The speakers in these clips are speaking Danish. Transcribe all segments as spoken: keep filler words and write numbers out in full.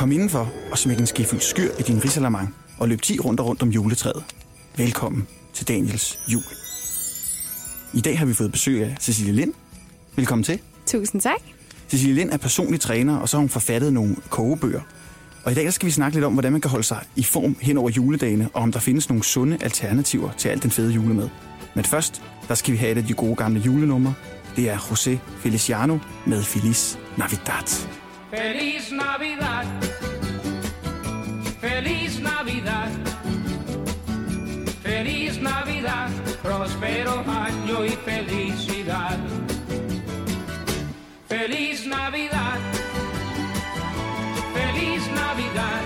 Kom indenfor og smæk en skefuld skyr i din risalamang og løb ti runder rundt om juletræet. Velkommen til Daniels jul. I dag har vi fået besøg af Cecilie Lind. Velkommen til. Tusind tak. Cecilie Lind er personlig træner, og så har hun forfattet nogle kogebøger. Og i dag skal vi snakke lidt om, hvordan man kan holde sig i form hen over juledagene, og om der findes nogle sunde alternativer til alt den fede julemad. Men først, der skal vi have et af de gode gamle julenumre. Det er José Feliciano med Feliz Navidad. Feliz Navidad, Feliz Navidad, Feliz Navidad, prospero año y felicidad. Feliz Navidad, Feliz Navidad,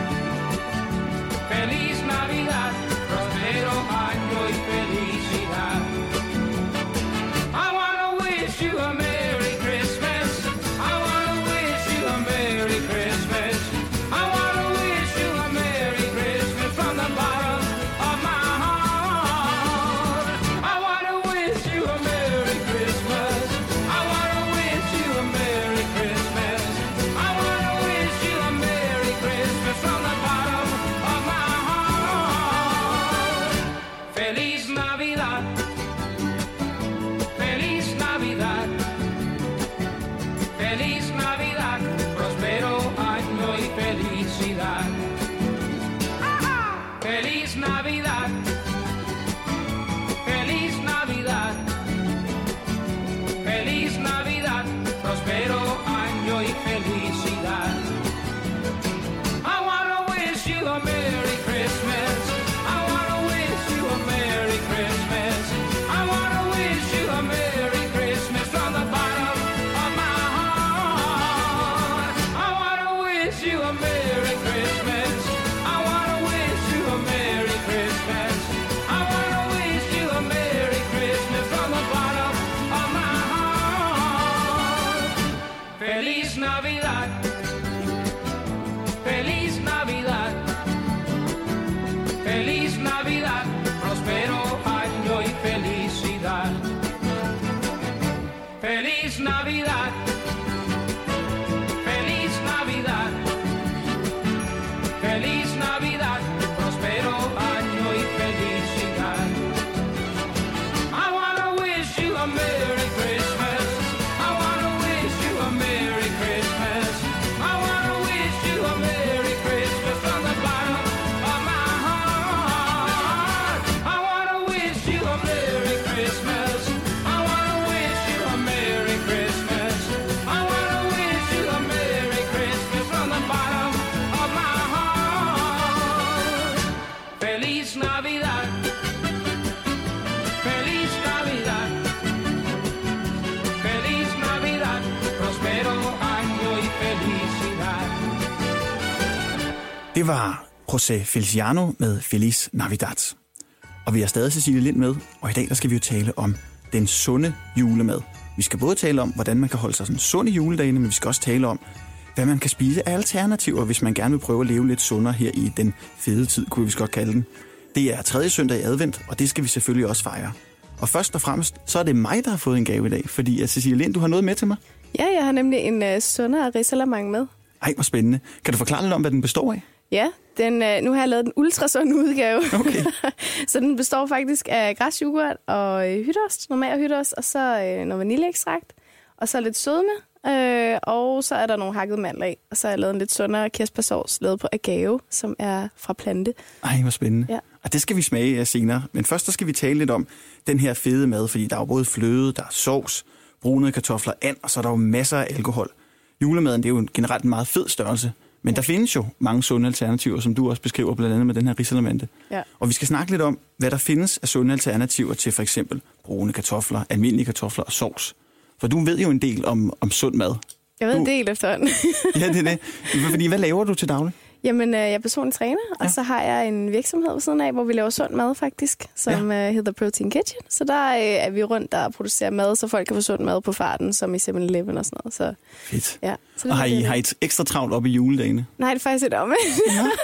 Feliz Navidad, prospero año y felicidad. I wanna wish you a Merry Christmas. I wanna wish you a Merry Christmas. I wanna wish you a Merry Christmas from the bottom of my heart. I wanna wish you a Merry Christmas. I wanna wish you a Merry Christmas. I wanna wish you a Merry Christmas from the bottom of my heart. Feliz Navidad. Feliz Navidad. Feliz Navidad, prospero año y felicidad. Feliz Navidad, Feliz Navidad, Feliz Navidad, prospero año y felicidad. I wanna wish you a Merry Christmas. I wanna wish you a Merry Christmas. I wanna wish you a Merry Christmas from the bottom of my heart. I wanna wish you a Merry Christmas. I wanna wish you a Merry Christmas. I wanna wish you a Merry Christmas from the bottom of my heart. Feliz Navidad. Feliz Navidad. Feliz Navidad. Prospero año y felicidad. Feliz Navidad. Feliz Navidad. Feliz Navidad. Prospero año y felicidad. I wanna wish you a Merry Christmas. I wanna wish you a Merry Christmas. I wanna wish you a Merry Christmas from the bottom of my heart. I wanna wish you a Merry Christmas. I wanna wish you a Merry Christmas. I wanna wish you a Merry Christmas from the bottom of my heart. Feliz Navidad. Feliz Navidad. Feliz Navidad. Prospero año y felicidad. Det var José Feliciano med Feliz Navidad. Og vi har stadig Cecilie Lind med, og i dag der skal vi jo tale om den sunde julemad. Vi skal både tale om, hvordan man kan holde sig sådan sund i juledagene, men vi skal også tale om, hvad man kan spise af alternativer, hvis man gerne vil prøve at leve lidt sundere her i den fede tid, kunne vi godt kalde den. Det er tredje søndag i advent, og det skal vi selvfølgelig også fejre. Og først og fremmest, så er det mig, der har fået en gave i dag, fordi Cecilie Lind, du har noget med til mig. Ja, jeg har nemlig en uh, sundere risalamang med. Ej, hvor spændende. Kan du forklare lidt om, hvad den består af? Ja, den, uh, nu har jeg lavet den ultrasund udgave. Okay. Så den består faktisk af græsyoghurt og øh, hytteost, normal hytteost, og så øh, noget vaniljeekstrakt, og så lidt sødme, øh, og så er der nogle hakkede mandler i, og så har jeg lavet en lidt sundere kirsebærsauce, lavet på agave, som er fra plante. Ej, hvor spændende. Ja. Og det skal vi smage af senere. Men først så skal vi tale lidt om den her fede mad, fordi der er jo både fløde, der er sovs, brunede kartofler, and, og så er der jo masser af alkohol. Julemaden, det er jo generelt en meget fed størrelse. Men der findes jo mange sunde alternativer, som du også beskriver, blandt andet med den her risalamande. Ja. Og vi skal snakke lidt om, hvad der findes af sunde alternativer til for eksempel brune kartofler, almindelige kartofler og sovs. For du ved jo en del om, om sund mad. Jeg ved du... en del efterhånden. Ja, det er det. Fordi hvad laver du til daglig? Jamen, jeg er personlig træner, ja. Og så har jeg en virksomhed ved siden af, hvor vi laver sund mad faktisk, som ja. hedder Protein Kitchen. Så der er vi rundt og producerer mad, så folk kan få sund mad på farten, som i seven eleven og sådan noget. Så, fedt. Ja, så og har I, har I et ekstra travlt op i juledagene? Nej, det er faktisk et om. Ja.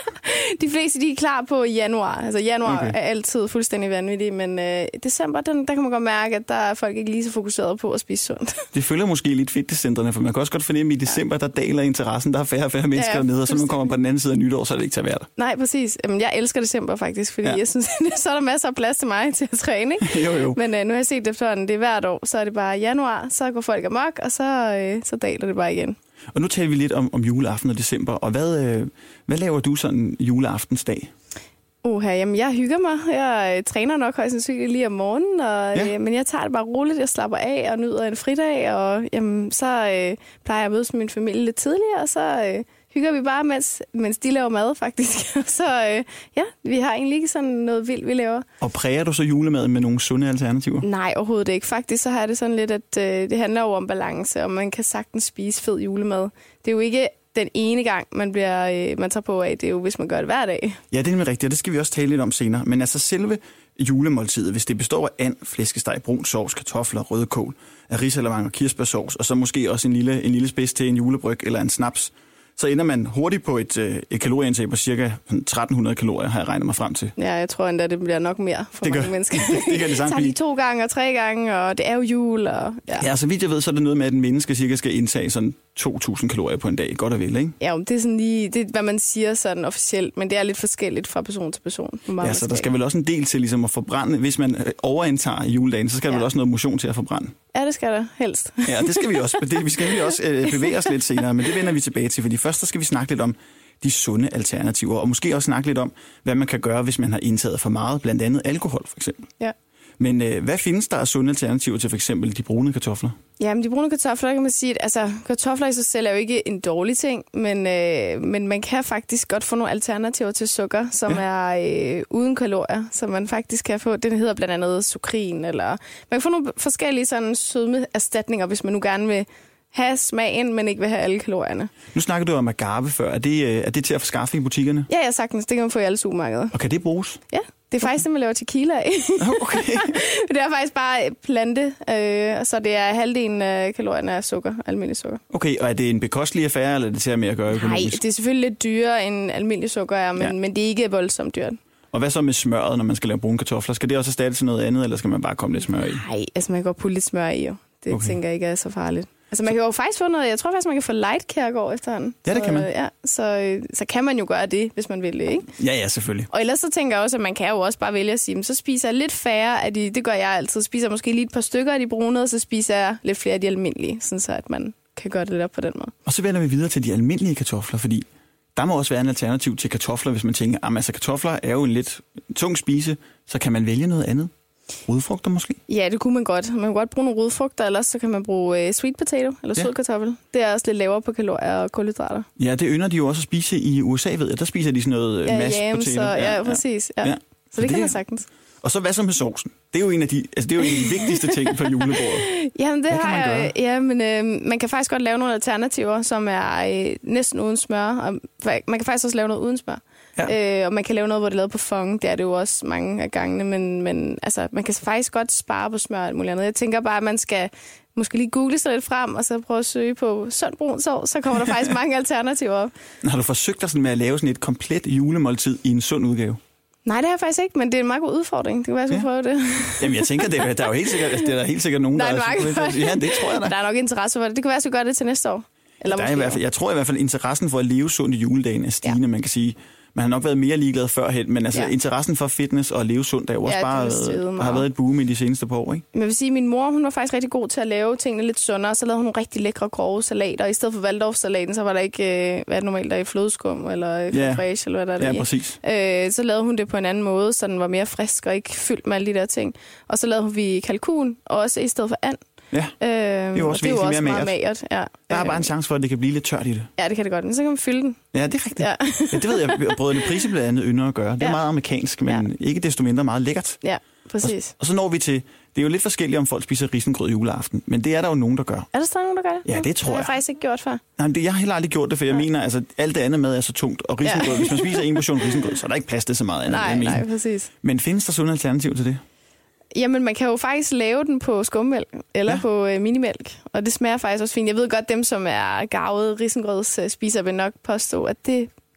De fleste, de er klar på i januar. Altså januar okay. er altid fuldstændig vanvittig, men øh, december, den, der kan man godt mærke, at der er folk ikke lige så fokuseret på at spise sundt. Det følger måske lidt fitnesscentrene, for man kan også godt fornemme, at i december, der daler interessen, der er færre og færre mennesker ja, dernede, og så når man kommer på den anden side af nytår, så er det ikke til at være der. Nej, præcis. Jamen, jeg elsker december faktisk, fordi ja. jeg synes, så er der masser af plads til mig til at træne. Ikke? jo, jo. Men øh, nu har jeg set det efterhånden, det er hvert år, så er det bare januar, så går folk amok, og så, øh, så daler det bare igen. Og nu taler vi lidt om, om juleaften og december, og hvad, øh, hvad laver du sådan juleaftensdag? Uha, jamen jeg hygger mig. Jeg øh, træner nok højst sandsynligt lige om morgenen, og, ja. øh, men jeg tager det bare roligt. Jeg slapper af og nyder en fridag, og jamen, så øh, plejer jeg at mødes med min familie lidt tidligere, og så øh, hygger vi bare, mens, mens de laver mad faktisk. så øh, ja, vi har egentlig ikke sådan noget vildt, vi laver. Og præger du så julemaden med nogle sunde alternativer? Nej, overhovedet ikke. Faktisk så har det sådan lidt, at øh, det handler jo om balance, og man kan sagtens spise fed julemad. Det er jo ikke den ene gang, man, bliver, øh, man tager på af. Det er jo, hvis man gør det hver dag. Ja, det er nemlig rigtigt, og det skal vi også tale lidt om senere. Men altså selve julemåltidet, hvis det består af and, flæskesteg, brun sovs, kartofler, rødkål, af risalamande og kirsebærsovs, og så måske også en lille, en lille spids til en julebryg eller en snaps, så ender man hurtigt på et, et kalorieindtag på cirka tretten hundrede kalorier, har jeg regnet mig frem til. Ja, jeg tror endda, det bliver nok mere for det mange gør, mennesker. Det, det kan det tager de to gange og tre gange, og det er jo jul. Og, ja. ja, så vidt jeg ved, så er det noget med, at en menneske cirka skal indtage sådan to tusind kalorier på en dag. Godt og vel, ikke? Ja, det er sådan lige, det er, hvad man siger sådan officielt, men det er lidt forskelligt fra person til person. Ja, så der skal vel også en del til ligesom at forbrænde. Hvis man overindtager juledagen, så skal ja. der vel også noget motion til at forbrænde. Ja, det skal der helst. Ja, det skal vi også. Det, vi skal vi også øh, bevæge os lidt senere, men det vender vi tilbage til, fordi først så skal vi snakke lidt om de sunde alternativer, og måske også snakke lidt om, hvad man kan gøre, hvis man har indtaget for meget, blandt andet alkohol for eksempel. Ja. Men øh, hvad findes der af sunde alternativer til for eksempel de brune kartofler? Jamen, de brune kartofler, kan man sige, at altså, kartofler i sig selv er jo ikke en dårlig ting, men, øh, men man kan faktisk godt få nogle alternativer til sukker, som ja. er øh, uden kalorier, som man faktisk kan få. Den hedder blandt andet sukrin, eller man kan få nogle forskellige sådan sødmeerstatninger, hvis man nu gerne vil have smagen, men ikke vil have alle kalorierne. Nu snakker du om agave før. Er det, er det til at få skaffe i butikkerne? Ja, ja, sagtens. Det kan man få i alle supermarkeder. Og kan det bruges? Ja, det er faktisk det, man laver tequila af. Okay. Det er faktisk bare plante, øh, så det er halvdelen af kalorierne af sukker, almindelig sukker. Okay, og er det en bekostelig affære, eller er det til at mere at gøre økonomisk? Nej, det er selvfølgelig lidt dyrere end almindelig sukker er, men, ja. men det er ikke voldsomt dyrt. Og hvad så med smøret, når man skal lave brune kartofler? Skal det også erstatte til noget andet, eller skal man bare komme lidt smør i? Nej, altså man kan godt putte lidt smør i, jo. Det okay. tænker jeg ikke er så farligt. Altså man så... kan jo faktisk få noget, jeg tror faktisk, man kan få light Kærgård efterhånden. Ja, det kan man. Så, ja, så, så kan man jo gøre det, hvis man vil det, ikke? Ja, ja, selvfølgelig. Og ellers så tænker jeg også, at man kan jo også bare vælge at sige, så spiser jeg lidt færre af de, det gør jeg altid, spiser måske lige et par stykker af de brune, og så spiser jeg lidt flere af de almindelige, sådan så at man kan gøre det lidt op på den måde. Og så vender vi videre til de almindelige kartofler, fordi der må også være en alternativ til kartofler, hvis man tænker, at altså, kartofler er jo en lidt tung spise, så kan man vælge noget andet. Rodfrugter måske? Ja, det kunne man godt. Man kan godt bruge nogle rodfrugter, ellers så kan man bruge uh, sweet potato, eller sød ja. kartoffel. Det er også lidt lavere på kalorier og kulhydrater. Ja, det ynder de jo også at spise i U S A, ved jeg. Der spiser de sådan noget ja, mashed jams, potato. Ja, ja, præcis. Ja. Ja. Så, så det, det kan man sagtens. Og så hvad så med sovsen? Det er jo en af de, altså det er jo en af de vigtigste ting på julebordet. Jamen det hvad har jeg. Ja, men øh, man kan faktisk godt lave nogle alternativer, som er øh, næsten uden smør. Og man kan faktisk også lave noget uden smør. Ja. Øh, og man kan lave noget, hvor det er lavet på fong. Det er det jo også mange af gangene, men, men altså, man kan faktisk godt spare på smør og alt muligt andet. Jeg tænker bare, at man skal måske lige google sig lidt frem, og så prøve at søge på sund brun sovs, så kommer der faktisk mange alternativer op. Har du forsøgt dig sådan med at lave sådan et komplet julemåltid i en sund udgave? Nej, det har jeg faktisk ikke, men det er en meget god udfordring. Det kan være, jeg skulle ja. prøve det. Jamen, jeg tænker, det er, der er jo helt sikkert, det er der helt sikkert nogen, der, der er er... Ja, det tror jeg da. Der er nok interesse for det. Det kan være, at jeg skal gøre det til næste år. Eller der er i hvert fald, jeg tror i hvert fald, interessen for at leve sundt i juledagen er stigende, ja. man kan sige. Man har nok været mere ligeglad førhen, men altså ja. interessen for fitness og at leve sundt er jo også ja, bare været, har været et boom i de seneste par år, ikke? Men jeg vil sige, at min mor, hun var faktisk rigtig god til at lave tingene lidt sundere, så lavede hun nogle rigtig lækre grove salater, og i stedet for Waldorf-salaten, så var der ikke, hvad er det normalt, der i flødeskum eller ja. fraiche, eller hvad der er der ja, præcis. Øh, så lavede hun det på en anden måde, så den var mere frisk og ikke fyldt med alle de der ting. Og så lavede vi kalkun, også i stedet for and. Ja, øhm, det er jo også, det er jo også mere meget magert. Ja. Der er bare en chance for, at det kan blive lidt tørt i det. Ja, det kan det godt, men så kan man fylde den. Ja, det er rigtigt. Ja. Ja, det ved jeg, brødrene Prise blandt andet ynder at gøre. Det er ja. meget amerikansk, men ja. ikke desto mindre meget lækkert. Ja, præcis. Og, og så når vi til, det er jo lidt forskelligt, om folk spiser risengrød juleaften, men det er der jo nogen, der gør. Er der stadig nogen, der gør det? Ja, det tror jeg. Det har jeg faktisk ikke gjort før. Nej, men det, jeg har heller aldrig gjort det, for jeg ja. mener, altså alt det andet mad er så tungt. Og risengrød, ja. hvis man spiser en portion risengrød, så er der ikke plads til så meget andet. Nej, nej, præcis. Men findes der sunde alternativ til det? Jamen, man kan jo faktisk lave den på skummælk eller ja. på øh, minimælk, og det smager faktisk også fint. Jeg ved godt, dem, som er garvede risengrøds spiser, vil nok påstå, at det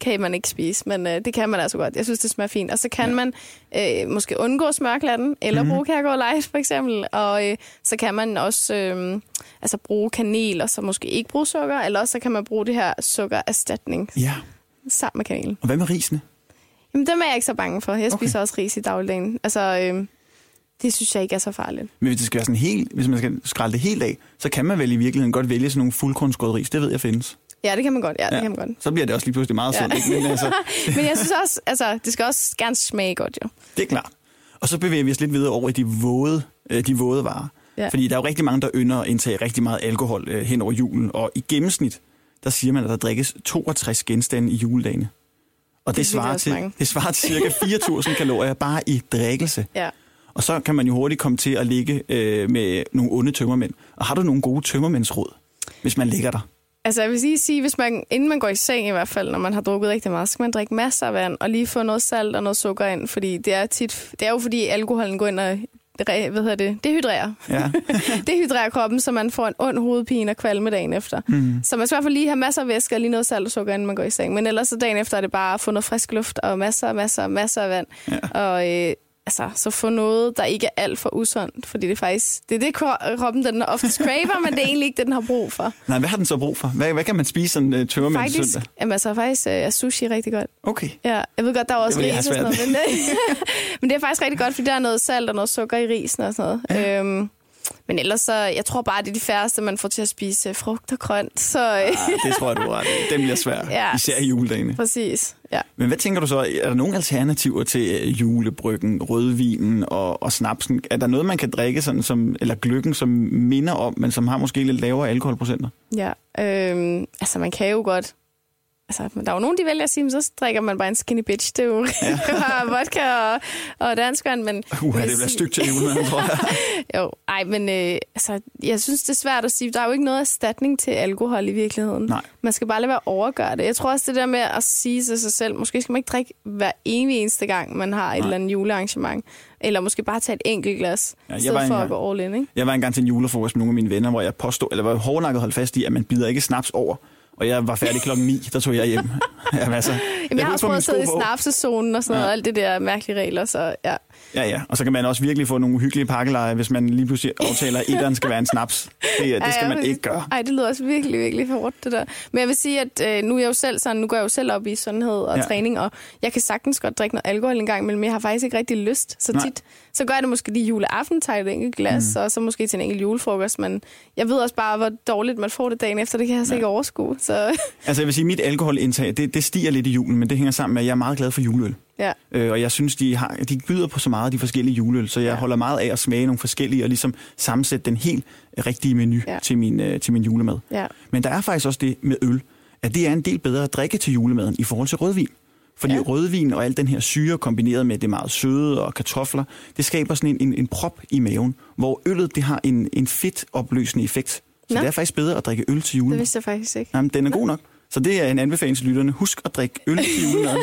kan man ikke spise, men øh, det kan man altså godt. Jeg synes, det smager fint. Og så kan ja. man øh, måske undgå smørklatten, eller mm-hmm. bruge Kærgård Light for eksempel. Og øh, så kan man også øh, altså bruge kanel, og så måske ikke bruge sukker, eller også så kan man bruge det her sukkererstatning ja. sammen med kanel. Og hvad med risene? Jamen, dem er jeg ikke så bange for. Jeg spiser okay. også ris i dagligdagen. Altså, øh, det synes jeg ikke er så farligt. Men hvis det skal være sådan helt, hvis man skal skrælle det helt af, så kan man vel i virkeligheden godt vælge sådan nogle fuldkornskåret ris. Det ved jeg findes. Ja, det kan man godt. Ja, det ja. kan man godt. Så bliver det også lige pludselig meget sundt. Ja. Men, altså... men jeg synes også, altså, det skal også gerne smage godt, jo. Det er klart. Og så bevæger vi os lidt videre over i de våde, de våde varer. Ja. Fordi der er jo rigtig mange, der ynder at indtage rigtig meget alkohol øh, hen over julen. Og i gennemsnit, der siger man, at der drikkes toogtres genstande i juledagene. Og det, det, svarer, til, det svarer til cirka fire tusind kalorier bare i drikkelse. Ja. Og så kan man jo hurtigt komme til at ligge øh, med nogle onde tømmermænd. Og har du nogle gode tømmermændsråd, hvis man ligger der? Altså jeg vil sige, sige hvis man, inden man går i seng i hvert fald, når man har drukket rigtig meget, så skal man drikke masser af vand og lige få noget salt og noget sukker ind. Fordi det er, tit, det er jo fordi alkoholen går ind og hvad hedder det, dehydrerer. Ja. Dehydrerer kroppen, så man får en ond hovedpine og kvalme dagen efter. Mm. Så man skal i hvert fald lige have masser af væske og lige noget salt og sukker, inden man går i seng. Men ellers så dagen efter er det bare at få noget frisk luft og masser, masser, masser af vand. Ja. Og øh, altså, så få noget, der ikke er alt for usundt. Fordi det er faktisk, det er det kroppen, den oftest craver, men det er egentlig ikke det, den har brug for. Nej, hvad har den så brug for? Hvad, hvad kan man spise sådan uh, tømmermænd søndag? Faktisk, jamen, altså, faktisk uh, er sushi rigtig godt. Okay. Ja, jeg ved godt, der er også ris og sådan noget, men, men det er faktisk rigtig godt, fordi der er noget salt og noget sukker i risen og sådan noget. Ja. Øhm, men ellers så, jeg tror bare, det er de færreste, man får til at spise frugt og grønt. Så, ah, det tror jeg, du er ret. Den bliver svært, ja, især i juledagene. Præcis, ja. Men hvad tænker du så? Er der nogle alternativer til julebryggen, rødvinen og, og snapsen? Er der noget, man kan drikke, sådan som, eller gløggen, som minder om, men som har måske lidt lavere alkoholprocenter? Ja, øhm, altså man kan jo godt... Altså, der er jo nogen, de vælger at sige, så drikker man bare en skinny bitch. Det er jo ja. vodka og, og danskvand, men... Uh, det bliver stygt til julen, tror jeg. Jo, ej, men øh, altså, jeg synes, det er svært at sige. Der er jo ikke noget erstatning til alkohol i virkeligheden. Nej. Man skal bare lade være overgøre det. Jeg tror også, det der med at sige til sig selv, måske skal man ikke drikke hver evig eneste gang, man har et Nej. eller andet julearrangement. Eller måske bare tage et enkelt glas, ja, i stedet for at gå all in, ikke? Jeg var engang til en julefrokost med nogle af mine venner, hvor jeg påstod, eller var hårdnakket holdt fast i, at man bider ikke snaps over. Og jeg var færdig klokken ni, der tog jeg hjem. Jamen, altså, Jamen, jeg, jeg har også prøvet at sidde i snapsezonen og sådan noget, ja. og alt det der mærkelige regler, så ja. Ja, ja. Og så kan man også virkelig få nogle uhyggelige pakkeleje, hvis man lige pludselig aftaler, at etteren skal være en snaps. Det, det skal ja, man ikke gøre. Ej, det lyder også virkelig, virkelig hårdt, det der. Men jeg vil sige, at øh, nu er jeg jo selv sådan, nu går jeg jo selv op i sundhed og ja. træning, og jeg kan sagtens godt drikke noget alkohol en gang, men jeg har faktisk ikke rigtig lyst. Så tit, Nej. så gør jeg det måske lige juleaften, tager et enkelt glas, mm. og så måske til en enkelt julefrokost, men jeg ved også bare, hvor dårligt man får det dagen efter, det kan jeg altså ja. ikke overskue. Så. Altså jeg vil sige, mit alkoholindtag, det, det stiger lidt i julen, men det hænger sammen med, at jeg er meget glad for juleøl. Ja. Øh, og jeg synes, de, har, de byder på så meget de forskellige juleøl, så jeg ja. holder meget af at smage nogle forskellige og ligesom sammensætte den helt rigtige menu ja. til, min, øh, til min julemad. Ja. Men der er faktisk også det med øl, at det er en del bedre at drikke til julemaden i forhold til rødvin. Fordi ja. rødvin og al den her syre kombineret med det meget søde og kartofler, det skaber sådan en, en, en prop i maven, hvor øllet det har en, en fedtopløsende effekt. Så Nå. det er faktisk bedre at drikke øl til julemad. Det vidste jeg faktisk ikke. Jamen, den er Nå. god nok. Så det er en anbefaling til lytterne. Husk at drikke øl til julemaden.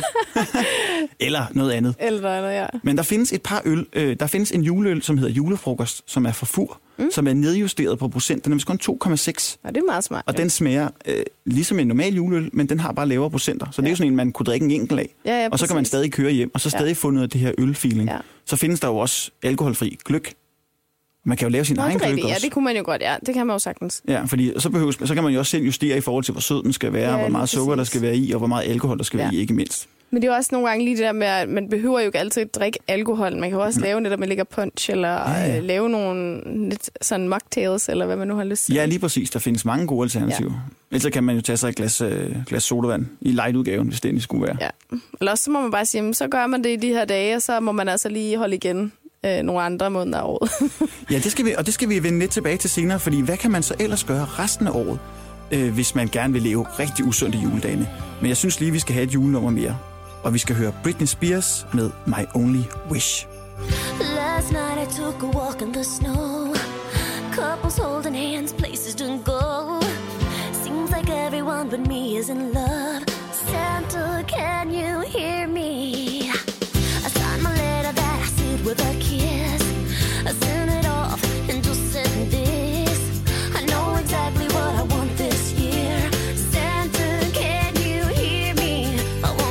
Eller noget andet. Eller noget andet, ja. Men der findes et par øl. Øh, der findes en juleøl, som hedder julefrokost, som er for fur, mm. som er nedjusteret på procent. Den er kun to komma seks. Ja, det er meget smart. Og ja. den smager øh, ligesom en normal juleøl, men den har bare lavere procenter. Så ja. det er jo sådan en, man kunne drikke en enkelt af. Ja, ja, og så kan man stadig køre hjem, og så stadig ja. få noget af det her ølfeeling. Ja. Så findes der jo også alkoholfri gløgg. Man kan jo lave sin Nå, egen gløgg også. Ja, det kunne man jo godt, ja. Det kan man jo sagtens. Ja, fordi så, behøves, så kan man jo også selv justere i forhold til, hvor sød den skal være, ja, hvor meget sukker der skal være i, og hvor meget alkohol der skal ja. være i, ikke mindst. Men det er jo også nogle gange lige det der med, at man behøver jo ikke altid at drikke alkohol. Man kan jo også mm. lave netop, man lægger punch, eller ja, ja. lave nogle lidt sådan mocktails, eller hvad man nu har lyst til. Ja, lige præcis. Der findes mange gode alternativer. Ja. Ellers kan man jo tage sig et glas, øh, glas sodavand i light-udgaven, hvis det endelig skulle være. Ja. Eller også så må man bare sige, så gør man det i de her dage, og så må man altså lige holde igen øh, nogle andre måneder af året. Ja, det skal vi, og det skal vi vende lidt tilbage til senere, fordi hvad kan man så ellers gøre resten af året, øh, hvis man gerne vil leve rigtig usundt i juledagene? Men jeg synes lige, vi skal have et julenummer mere. Og vi skal høre Britney Spears med My Only Wish. Last night I took a walk in the snow. Couples holding hands, places to go. Seems like everyone but me is in love. Santa, can you hear me? I signed my letter that I sealed with a kiss. I sent it off and just said this. I know exactly what I want this year. Santa, can you hear me? I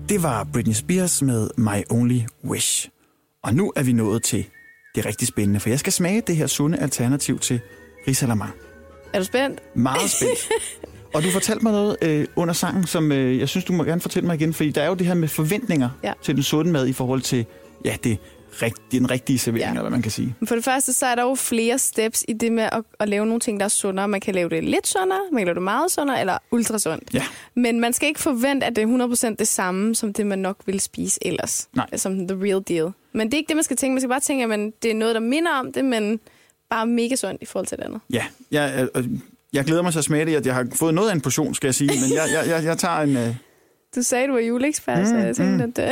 Det var Britney Spears med My Only Wish. Og nu er vi nået til det rigtig spændende, for jeg skal smage det her sunde alternativ til risalamande. Er du spændt? Meget spændt. Og du fortalte mig noget øh, under sangen, som øh, jeg synes, du må gerne fortælle mig igen, fordi der er jo det her med forventninger Ja. til den sunde mad i forhold til ja, det, rigt, den rigtige servering, ja. eller hvad man kan sige. For det første, så er der jo flere steps i det med at, at lave nogle ting, der er sundere. Man kan lave det lidt sundere, man kan lave det meget sundere, eller ultra sundt. Ja. Men man skal ikke forvente, at det er hundrede procent det samme, som det, man nok ville spise ellers. Nej. Som the real deal. Men det er ikke det, man skal tænke. Man skal bare tænke, at det er noget, der minder om det, men bare mega sundt i forhold til det andet. Ja, jeg, øh, jeg glæder mig til at smage det, at jeg har fået noget af en portion, skal jeg sige, men jeg, jeg, jeg, jeg tager en... Øh... Du sagde, du var juleekspert, mm, så jeg tænkte, mm. at...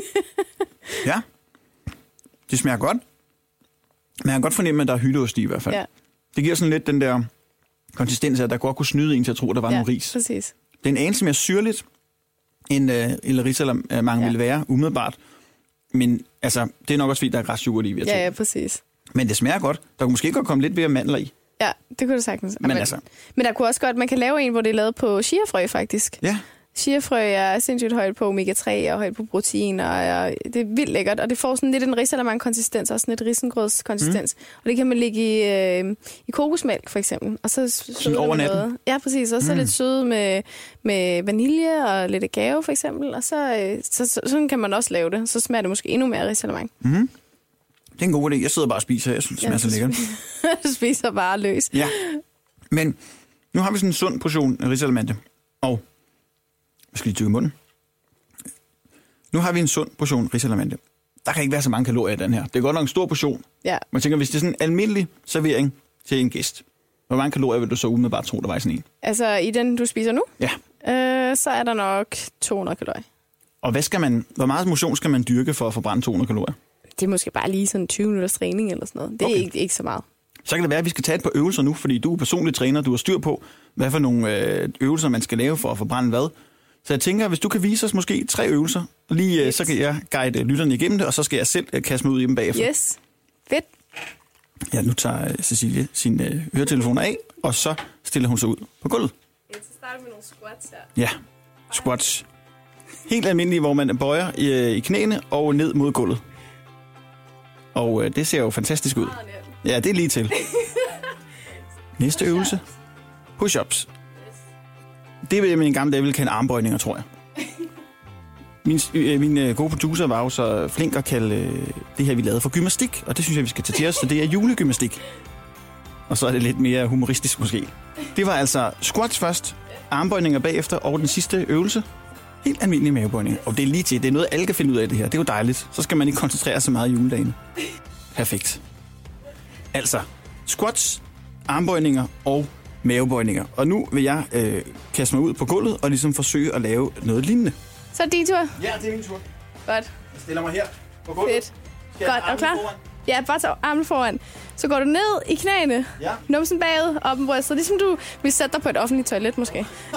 Ja, det smager godt. Men jeg kan godt fornemme, at der er hytteost i i hvert fald. Ja. Det giver sådan lidt den der konsistens, at der godt kunne snyde en til at tro, at der var ja, noget ris. Præcis. Det er en anelse mere syrligt, end øh, eller risalamande ja. ville være, umiddelbart. Men altså, det er nok også fordi, der er græsyoghurt i, vil jeg Ja, tro. ja, præcis. Men det smager godt. Der kunne måske godt komme lidt mere mandler i. Ja, det kunne det sagtens. Men, men altså... Men der kunne også godt, man kan lave en, hvor det er lavet på chiafrø, faktisk. Ja. Chiafrø er sindssygt højt på omega tre og højt på proteiner, og det er vildt lækkert, og det får sådan lidt en risalamande-konsistens, og sådan lidt risengrøds-konsistens. Mm. Og det kan man lægge i, øh, i kokosmælk, for eksempel. Og så sådan over natten? Noget. Ja, præcis. Og så mm. lidt søde med, med vanilje og lidt agave, for eksempel. Og så, øh, så, så sådan kan man også lave det. Så smager det måske endnu mere risalamande. Mm. Det er en god idé. Jeg sidder bare og spiser. Jeg synes, det smager så lækkert. Du spiser bare løs. Ja. Men nu har vi sådan en sund portion risalamande. Og jeg skal lige tykke i munden. Nu har vi en sund portion risalamande. Der kan ikke være så mange kalorier i den her. Det er godt nok en stor portion. Ja. Man tænker, hvis det er sådan en almindelig servering til en gæst, hvor mange kalorier vil du så umiddelbart tro, der var i sådan en? Altså i den, du spiser nu? Ja. Øh, så er der nok to hundrede kalorier. Og hvad skal man, hvor meget motion skal man dyrke for at forbrænde to hundrede kalorier? Det er måske bare lige sådan tyve minutters træning eller sådan noget. Det er Okay. ikke, ikke så meget. Så kan det være, at vi skal tage et par øvelser nu, fordi du er personlig træner, du har styr på, hvad for nogle øh, øvelser man skal lave for at forbrænde hvad. Så jeg tænker, hvis du kan vise os måske tre øvelser, lige, øh, så kan jeg guide lytterne igennem det, og så skal jeg selv øh, kaste mig ud i dem bagefter. Yes. Fedt. Ja, nu tager øh, Cecilie sine øh, høretelefoner af, og så stiller hun sig ud på gulvet. Ja, så starter vi med nogle squats her. Ja, squats. Helt almindelige, hvor man bøjer i, øh, i knæene og ned mod gulvet. Og øh, det ser jo fantastisk ud. Ja, det er lige til. Næste øvelse. Push-ups. Det vil jeg med en gammel dag vil kalde armbøjninger, tror jeg. Min, øh, min øh, gode producer var jo så flink at kalde øh, det her, vi lavede for gymnastik. Og det synes jeg, vi skal tage til os, så det er julegymnastik. Og så er det lidt mere humoristisk måske. Det var altså squats først, armbøjninger bagefter, og den sidste øvelse. Helt almindelig mavebøjning. Og det er lige til. Det er noget, alle kan finde ud af det her. Det er jo dejligt. Så skal man ikke koncentrere sig meget i juledagen. Perfekt. Altså, squats, armbøjninger og mavebøjninger. Og nu vil jeg øh, kaste mig ud på gulvet og ligesom forsøge at lave noget lignende. Så er det din tur. Ja, det er min tur. Godt. Jeg stiller mig her på gulvet. Fedt. Godt, er du klar? Foran? Ja, bare tag armen foran. Så går du ned i knæene. Ja. Numsen bagud, op med brystet. Ligesom du vil sætte dig på et offentligt toilet, måske.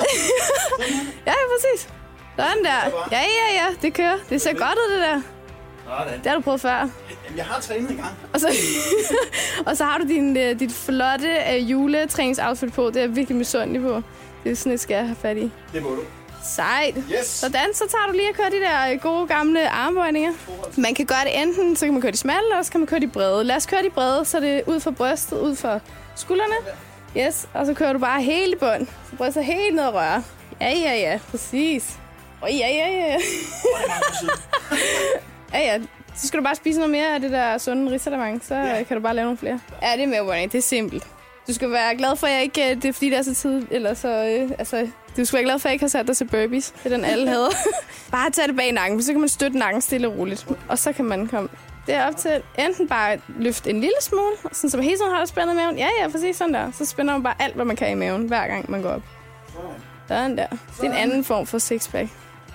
Ja, ja, præcis. Sådan der. Ja, ja, ja. Det kører. Det ser godt ud, det der. Sådan. Det har du prøvet før. Jamen, jeg har trænet en gang. Og så, og så har du din, uh, dit flotte uh, juletræningsoutfit på. Det er jeg virkelig misundelig på. Det er sådan et, skal jeg have fat i. Det må du. Sejt. Yes. Sådan, så tager du lige og kører de der uh, gode gamle armbøjninger. Man kan gøre det enten, så kan man køre de smalle, eller så kan man køre de brede. Lad os køre de brede, så det er ud fra brystet, ud fra skuldrene. Yes, og så kører du bare helt i bund. Så brystet helt ned og rører. Ja, ja, ja, præcis. Og ja, ja, ja. Ja, ja. Så skal du bare spise noget mere af det der sunde risalamande, så ja. Kan du bare lave nogle flere. Ja, det er mavebøjning. Det er simpelt. Du skal være glad for, at jeg ikke... Det er fordi, det er så tid... Eller så... Øh, altså, du skal være glad for, at jeg ikke har sat dig til burpees. Det er den, alle havde. Bare tage det bag nakken, så kan man støtte nakken stille og roligt. Og så kan man komme derop til enten bare løfte en lille smule, sådan så man hele tiden har det spændet i maven. Ja, ja, præcis sådan der. Så spænder man bare alt, hvad man kan i maven, hver gang man går op. Sådan der. Det er en anden form for sixpack.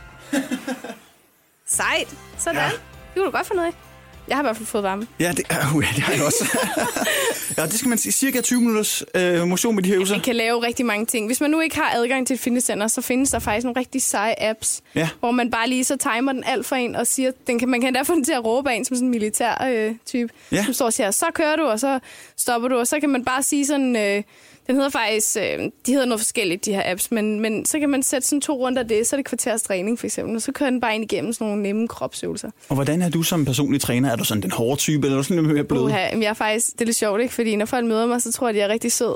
Sejt. Sådan. Ja. Det kunne du godt finde ud af. Jeg har i hvert fald fået varme. Ja, det, uh, det har jeg også. Ja, det skal man sige. Cirka tyve minutters øh, motion med de her øvelser. Man kan lave rigtig mange ting. Hvis man nu ikke har adgang til et fitnesscenter, så findes der faktisk nogle rigtig seje apps, ja. Hvor man bare lige så timer den alt for en og siger, den kan, man kan derfor få den til at råbe af en som sådan en militær øh, type. Ja. Som står og siger, så kører du, og så stopper du, og så kan man bare sige sådan, øh, Den hedder faktisk, øh, de hedder noget forskelligt, de her apps, men, men så kan man sætte sådan to runder af det, så er det kvarters træning for eksempel, og så kører den bare ind igennem sådan nogle nemme kropsøvelser. Og hvordan er du som personlig træner? Er du sådan den hårde type, eller er du sådan lidt mere blød? Uha, jeg er faktisk, det er lidt sjovt, ikke? Fordi når folk møder mig, så tror jeg, de er rigtig sød.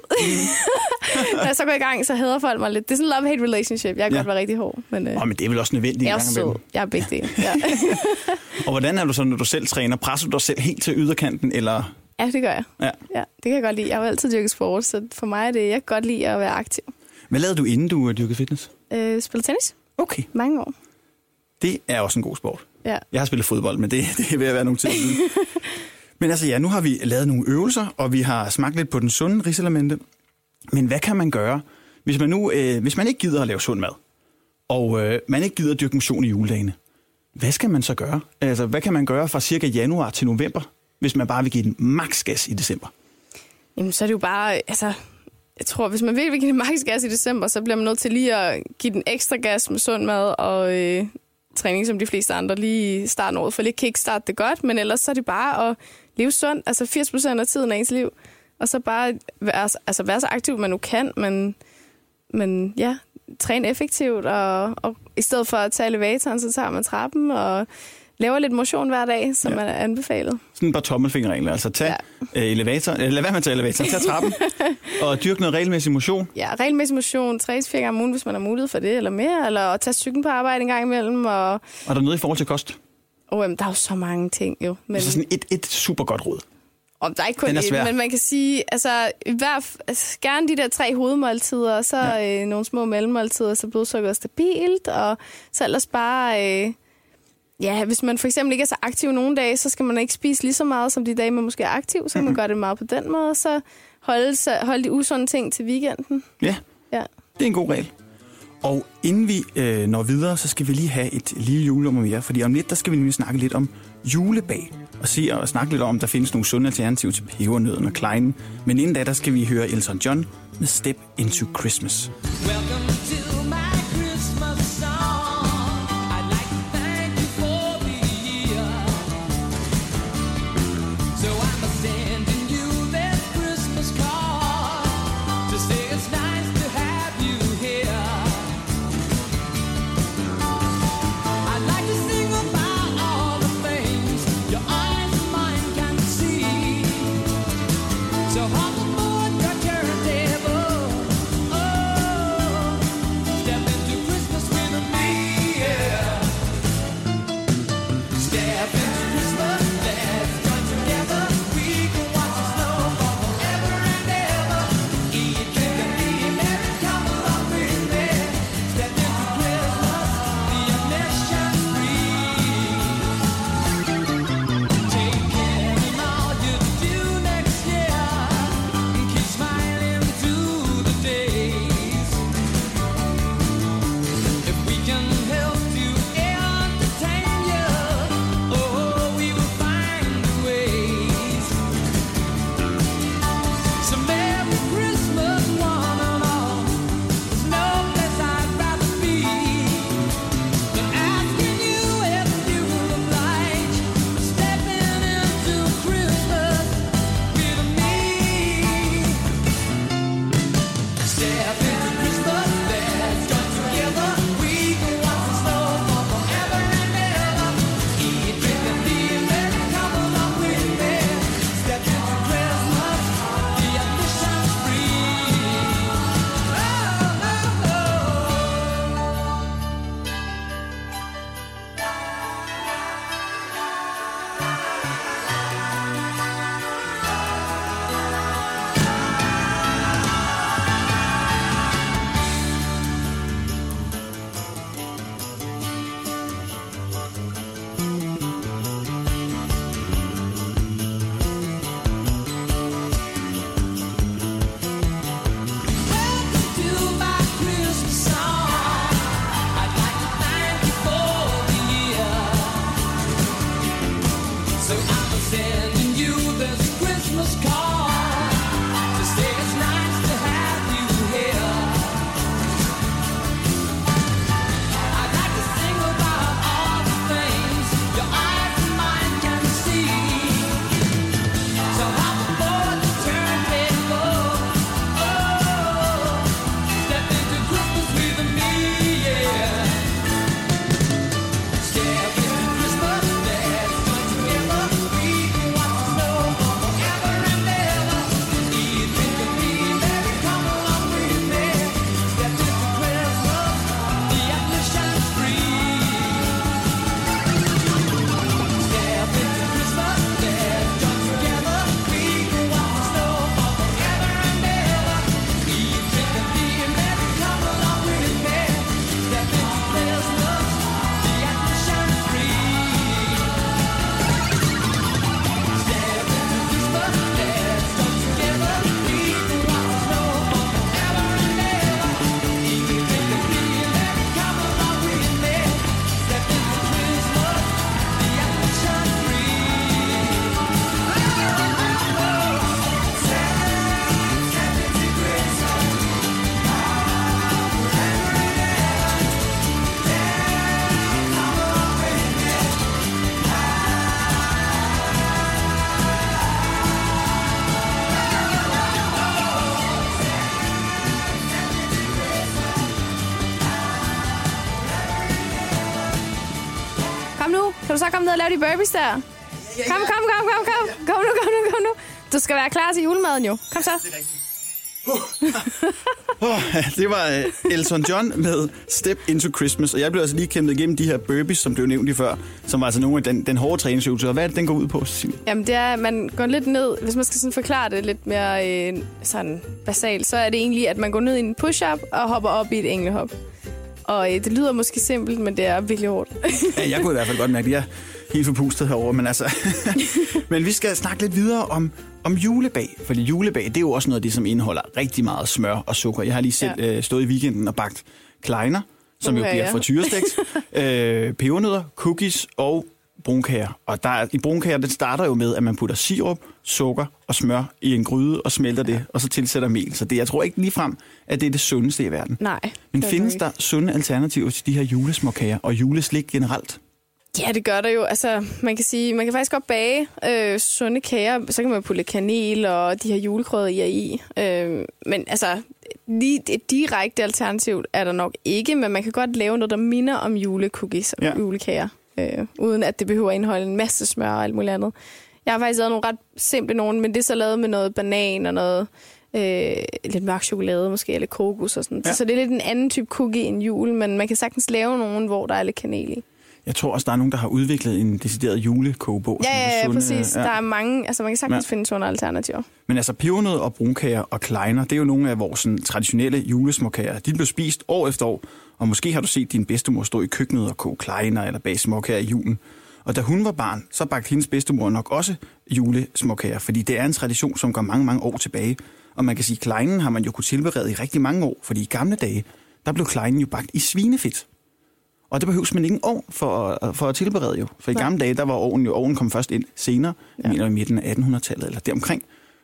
Mm. Når jeg så går i gang, så hader folk mig lidt. Det er sådan en love-hate relationship. Jeg kan ja. godt være rigtig hård. Men, øh, oh, men det er vel også nødvendigt. Jeg er sød. Jeg er begge dele. Ja. Og hvordan er du så, når du selv træner? Presser du dig selv helt til yderkanten, eller... Ja, det gør jeg. Ja. Ja, det kan jeg godt lide. Jeg har jo altid dyrket sport, så for mig er det, jeg kan godt lide at være aktiv. Hvad lavede du, inden du dyrkede fitness? Øh, spille tennis. Okay. Mange år. Det er også en god sport. Ja. Jeg har spillet fodbold, men det, det er ved at være nogle tid. Men altså ja, nu har vi lavet nogle øvelser, og vi har smagt lidt på den sunde risalamente. Men hvad kan man gøre, hvis man nu, øh, hvis man ikke gider at lave sund mad, og øh, man ikke gider at dyrke motion i juledagene? Hvad skal man så gøre? Altså, hvad kan man gøre fra cirka januar til november, hvis man bare vil give den maks gas i december? Jamen, så er det jo bare, altså, jeg tror, hvis man virkelig vil give den maks gas i december, så bliver man nødt til lige at give den ekstra gas med sund mad og øh, træning, som de fleste andre, lige i starten af året, for lige kickstarte det godt, men ellers så er det bare at leve sundt, altså firs procent af tiden af ens liv, og så bare være, altså være så aktiv, man nu kan, men, men ja, træne effektivt, og, og i stedet for at tage elevatoren, så tager man trappen, og laver lidt motion hver dag, som ja. man er anbefalet. Sådan et par tommelfingerregler. Altså tag ja. elevator, eller lad være med at tage elevator, tag trappen, og dyrke noget regelmæssig motion. Ja, regelmæssig motion, tre til fire gange om ugen, hvis man har mulighed for det, eller mere, eller at tage cyklen på arbejde en gang imellem. Og, og der er noget i forhold til kost? Åh, oh, der er jo så mange ting, jo. Men... Altså sådan et, et super godt råd. Og der er ikke kun et, men man kan sige, altså, hver, altså gerne de der tre hovedmåltider, og så ja. øh, nogle små mellemmåltider, så blodsukker er stabilt, og så ellers bare... Øh, Ja, hvis man for eksempel ikke er så aktiv nogle dage, så skal man ikke spise lige så meget, som de dage, man måske er aktiv. Så kan man gøre det meget på den måde, så holde, holde de usunde ting til weekenden. Ja, ja, det er en god regel. Og inden vi øh, når videre, så skal vi lige have et lille julenummer mere. Fordi om lidt, der skal vi nemlig snakke lidt om julebag. Og se og snakke lidt om, der findes nogle sunde alternativer til pebernødden og kleinen. Men inden da, der skal vi høre Elton John med Step Into Christmas. Welcome to my Christmas song. So hop aboard your turntable. Oh. Kan du så komme ned og lave de burpees der? Kom, kom, kom, kom, kom. Kom nu, kom nu, kom nu. Du skal være klar til julemaden jo. Kom så. Oh, det var uh, Elton John med Step Into Christmas. Og jeg blev altså lige kæmpet igennem de her burpees, som blev nævnt lige før, som var altså nogle af den, den hårde træningsøvelse. Og hvad er det, den går ud på, Cecilie? Jamen, det er, at man går lidt ned, hvis man skal sådan forklare det lidt mere øh, sådan basalt, så er det egentlig, at man går ned i en push-up og hopper op i et englehop. Og øh, det lyder måske simpelt, men det er virkelig hårdt. Ja, jeg kunne i hvert fald godt mærke, at jeg er helt forpustet herovre, men altså... men vi skal snakke lidt videre om, om julebag, fordi julebag, det er jo også noget af det, som indeholder rigtig meget smør og sukker. Jeg har lige selv ja. øh, stået i weekenden og bagt kleiner, som okay, jo bliver ja. frityrestegt, øh, pebernødder, cookies og brunkager. Og der, i brunkager, det starter jo med, at man putter sirup, sukker og smør i en gryde og smelter det, og så tilsætter mel. Så det, jeg tror ikke ligefrem, at det er det sundeste i verden. Nej. Men findes der sunde alternativer til de her julesmåkager og juleslik generelt? Ja, det gør der jo. Altså, man kan sige, man kan faktisk godt bage øh, sunde kager. Så kan man putte kanel og de her julekrydderier i. Øh, men altså, lige et direkte alternativ er der nok ikke, men man kan godt lave noget, der minder om julecookies og ja. julekager. Øh, uden at det behøver at indeholde en masse smør og alt muligt andet. Jeg har faktisk lavet nogle ret simple nogen, men det er så lavet med noget banan og noget øh, lidt mørk chokolade måske, eller kokos og sådan. Ja. Så, så det er lidt en anden type cookie end jul, men man kan sagtens lave nogen, hvor der er lidt kanel i. Jeg tror også, der er nogen, der har udviklet en decideret julekogebog. Ja, ja, ja, præcis. Ja. Der er mange, altså man kan sagtens ja. finde sunde alternativer. Men altså pebernødder og brunkager og kleiner, det er jo nogle af vores sådan, traditionelle julesmåkager. De bliver spist år efter år, og måske har du set din bedstemor stå i køkkenet og koge kleiner eller bage småkager i julen. Og da hun var barn, så bagte hendes bedstemor nok også julesmåkager, fordi det er en tradition, som går mange, mange år tilbage. Og man kan sige, at kleinen har man jo kunne tilberede i rigtig mange år, fordi i gamle dage, der blev kleinen jo bagt i svinefedt. Og det behøves man ikke en ovn for, for at tilberede jo. For i gamle dage, der var ovnen jo, ovnen kom først ind senere, ja. mener i midten af attenhundredetallet eller deromkring.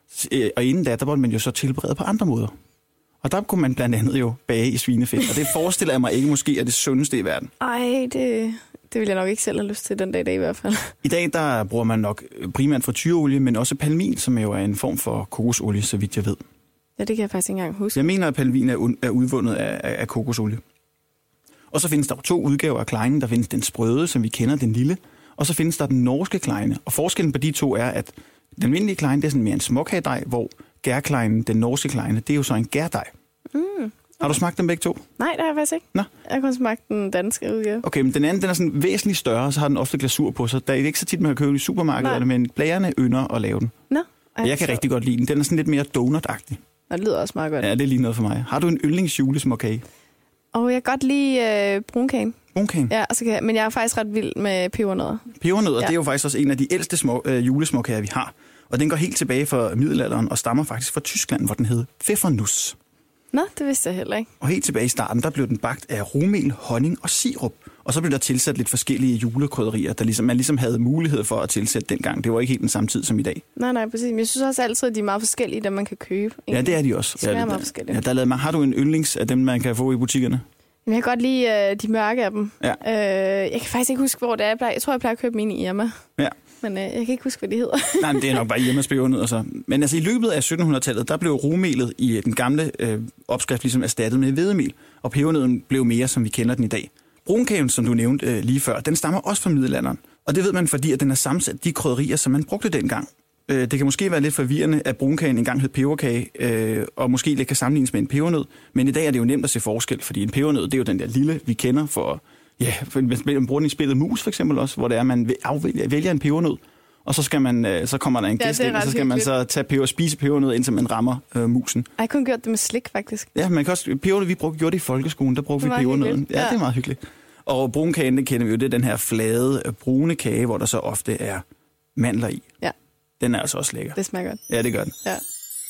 Og inden da, der var man jo så tilberede på andre måder. Og der kunne man blandt andet jo bage i svinefedt. Og det forestiller jeg mig ikke måske er det sundeste i verden. Ej, det, det vil jeg nok ikke selv have lyst til den dag i dag i hvert fald. I dag, der bruger man nok primært frityreolie, men også palmin, som jo er en form for kokosolie, så vidt jeg ved. Ja, det kan jeg faktisk ikke engang huske. Jeg mener, at palmin er, er udvundet af, af, af kokosolie. Og så findes der to udgaver af kleinen. Der findes den sprøde, som vi kender, den lille. Og så findes der den norske kleine. Og forskellen på de to er, at den almindelige kleine, det er sådan mere en småkagedej, hvor gærkleinen, den norske kleine, det er jo så en gærdej. Mm, okay. Har du smagt dem begge to? Nej, det har jeg faktisk ikke. Nå? Jeg har kun smagt den danske udgave. Okay, men den anden, den er sådan væsentligt større, så har den ofte glasur på, så der er ikke så tit, man kan købe den i supermarkedet, men blærerne ynder at lave den. Nå? Jeg, jeg kan så rigtig godt lide den. Den er sådan lidt mere donut-agtig. Det lyder også meget godt. Ja, det er lige noget for mig. Har du en yndlingsjulesmåkage? Og jeg kan godt lide øh, brunkagen. Brunkagen? Ja, altså, men jeg er faktisk ret vild med pebernødder. Pebernødder, ja. Det er jo faktisk også en af de ældste små, øh, julesmåkager, vi har. Og den går helt tilbage fra middelalderen og stammer faktisk fra Tyskland, hvor den hed Pfeffernuss. Nå, det vidste jeg heller ikke. Og helt tilbage i starten, der blev den bagt af rumel, honning og sirup. Og så blev der tilsat lidt forskellige julekrydderier, der ligesom, man ligesom havde mulighed for at tilsætte dengang. Det var ikke helt den samme tid som i dag. Nej, nej, præcis. Men jeg synes også altid, at de er meget forskellige, dem man kan købe. Egentlig. Ja, det er de også. De smager ja, meget forskellige. Ja, der er lavet, har du en yndlings af dem, man kan få i butikkerne? Jeg kan godt lide øh, de mørke af dem. Ja. Øh, jeg kan faktisk ikke huske, hvor det er. Jeg, plejer, jeg tror, jeg plejer at købe mine i Irma. Ja. Men øh, jeg kan ikke huske, hvad de hedder. Nej, men det er nok bare Irmas pebernødder så. Men altså i løbet af syttenhundredetallet, der blev romelet i den gamle øh, opskrift ligesom erstattet med hvedemel. Og pebernødden blev mere, som vi kender den i dag. Brunkagen, som du nævnte øh, lige før, den stammer også fra middelalderen. Og det ved man, fordi at den er sammensat de krydderier, som man brugte dengang. Øh, det kan måske være lidt forvirrende, at brunkagen engang hed peberkage, øh, og måske lidt kan sammenlignes med en pebernød. Men i dag er det jo nemt at se forskel, fordi en pebernød, det er jo den der lille, vi kender for... Ja, for man bruger den i spillet Mus for eksempel også, hvor det er, at man afvælger, vælger en pebernød, og så, skal man, så kommer der en gæst ja, ind, og så skal man så tage peber, spise pebernød, indtil man rammer øh, musen. Jeg har kun gjort det med slik, faktisk. Ja, man kan også, pebernød, vi brugte, gjorde det i folkeskolen, der brugte vi pebernøden. Ja, ja, det er meget hyggeligt. Og brunkagen, det kender vi jo, det er den her flade, brune kage, hvor der så ofte er mandler i. Ja. Den er altså også lækker. Det smager godt. Ja, det gør den. Ja.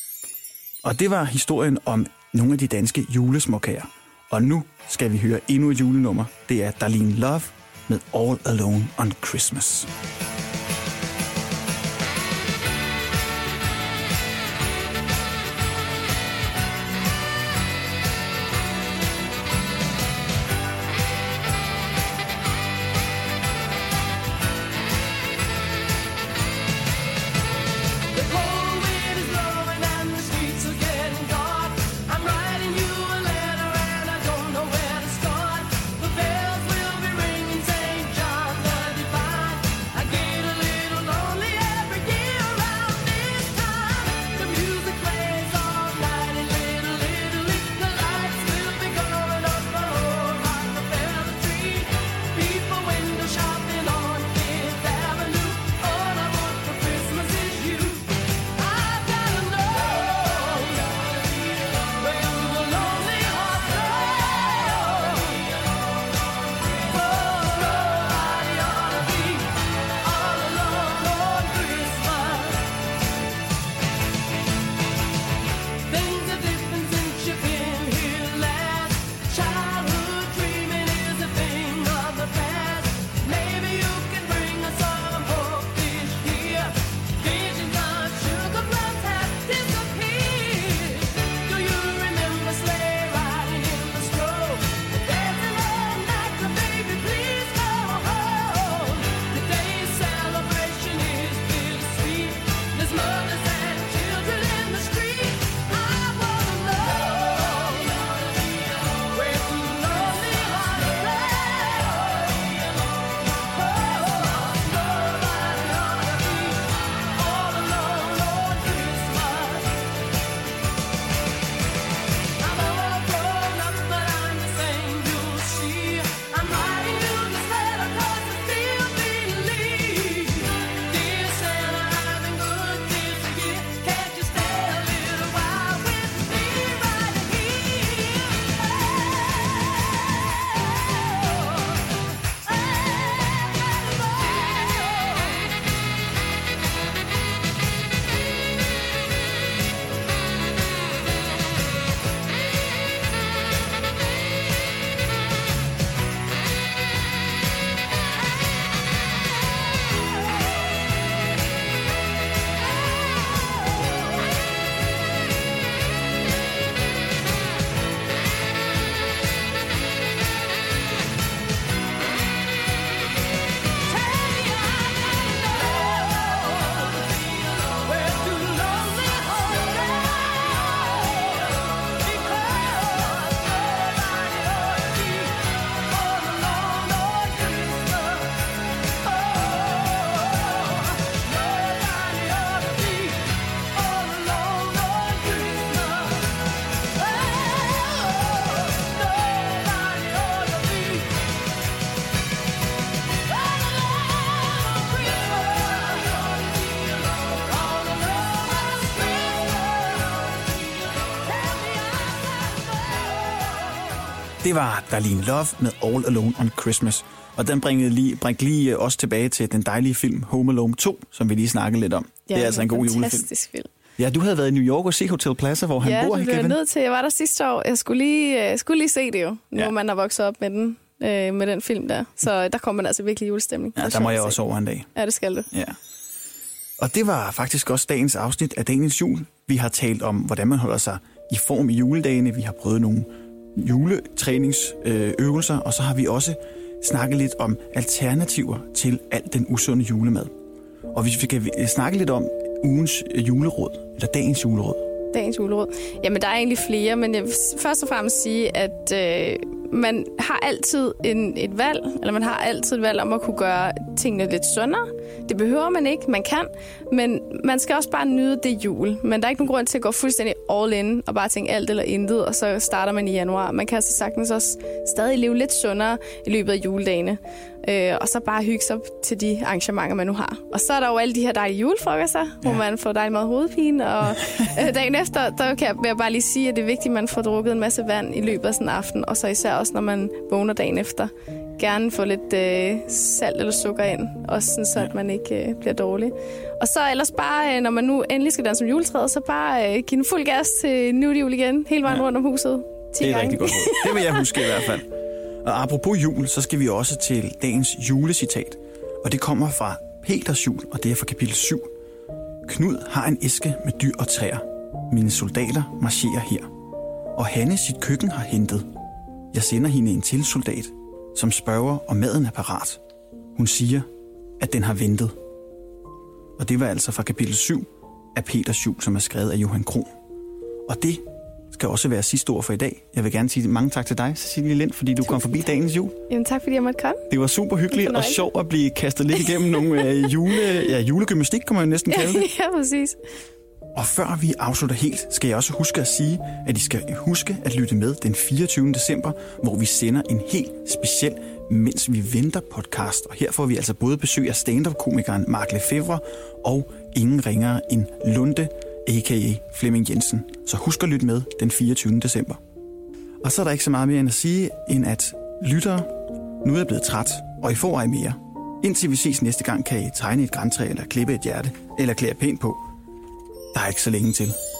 Og det var historien om nogle af de danske julesmåkager. Og nu skal vi høre endnu et julenummer. Det er Darlene Love med All Alone on Christmas. Bye. Det var Darlene Love med All Alone on Christmas. Og den bringede lige, bringte lige os tilbage til den dejlige film Home Alone to, som vi lige snakkede lidt om. Ja, det er altså en god julefilm. Fantastisk film. Ja, du havde været i New York og se Hotel Plaza, hvor han ja, bor. Ja, det blev jeg nødt til. Jeg var der sidste år. Jeg skulle lige, jeg skulle lige se det jo, nu ja. man har vokset op med den, øh, med den film der. Så der kommer man altså virkelig julestemning. Ja, der må jeg også over en dag. Ja, det skal du. Ja. Og det var faktisk også dagens afsnit af Daniels Jul. Vi har talt om, hvordan man holder sig i form i juledagene. Vi har prøvet nogle juletræningsøvelser, og så har vi også snakket lidt om alternativer til alt den usunde julemad. Og hvis vi kan snakke lidt om ugens juleråd, eller dagens juleråd. Dagens juleråd. Jamen, der er egentlig flere, men jeg vil først og fremmest sige, at øh, man har altid en, et valg, eller man har altid et valg om at kunne gøre tingene lidt sundere. Det behøver man ikke, man kan, men man skal også bare nyde det jul. Men der er ikke nogen grund til at gå fuldstændig all in, og bare tænke alt eller intet, og så starter man i januar. Man kan altså sagtens også stadig leve lidt sundere i løbet af juledagene. Øh, og så bare hygge sig til de arrangementer, man nu har. Og så er der jo alle de her dejlige julefrokoster, ja. hvor man får dejlig meget hovedpine. Og øh, dagen efter, der kan jeg, vil jeg bare lige sige, at det er vigtigt, at man får drukket en masse vand i løbet af sådan en aften. Og så især også, når man vågner dagen efter. Gerne få lidt øh, salt eller sukker ind, også sådan, så at man ikke øh, bliver dårlig. Og så ellers bare, øh, når man nu endelig skal danse som juletræet, så bare øh, give den fuld gas til New Jul igen, hele vejen ja. rundt om huset. Det er rigtig godt råd. Det vil jeg huske i hvert fald. Og apropos jul, så skal vi også til dagens julecitat. Og det kommer fra Peters jul, og det er fra kapitel syv. Knud har en æske med dyr og træer. Mine soldater marcherer her. Og Hanne sit køkken har hentet. Jeg sender hende en til soldat, som spørger, om maden er parat. Hun siger, at den har ventet. Og det var altså fra kapitel syv af Peters jul, som er skrevet af Johan Krohn. Og det skal også være sidste ord for i dag. Jeg vil gerne sige mange tak til dig, Cecilie Lind, fordi du kom forbi dagens jul. Jamen tak, fordi jeg måtte komme. Det var super hyggeligt og sjovt at blive kastet lidt igennem nogle øh, jule, ja, julegymnastik, kan man jo næsten kalde det. Ja, præcis. Og før vi afslutter helt, skal jeg også huske at sige, at I skal huske at lytte med den fireogtyvende december, hvor vi sender en helt speciel Mens vi venter podcast. Og her får vi altså både besøg af stand-up-komikeren Mark Lefebvre og ingen ringere end Lunde, a k a. Flemming Jensen. Så husk at lytte med den fireogtyvende december. Og så er der ikke så meget mere end at sige, end at lyttere, nu er jeg blevet træt, og I får ej mere. Indtil vi ses næste gang, kan I tegne et grantræ, eller klippe et hjerte, eller klæde pænt på. Der er ikke så længe til.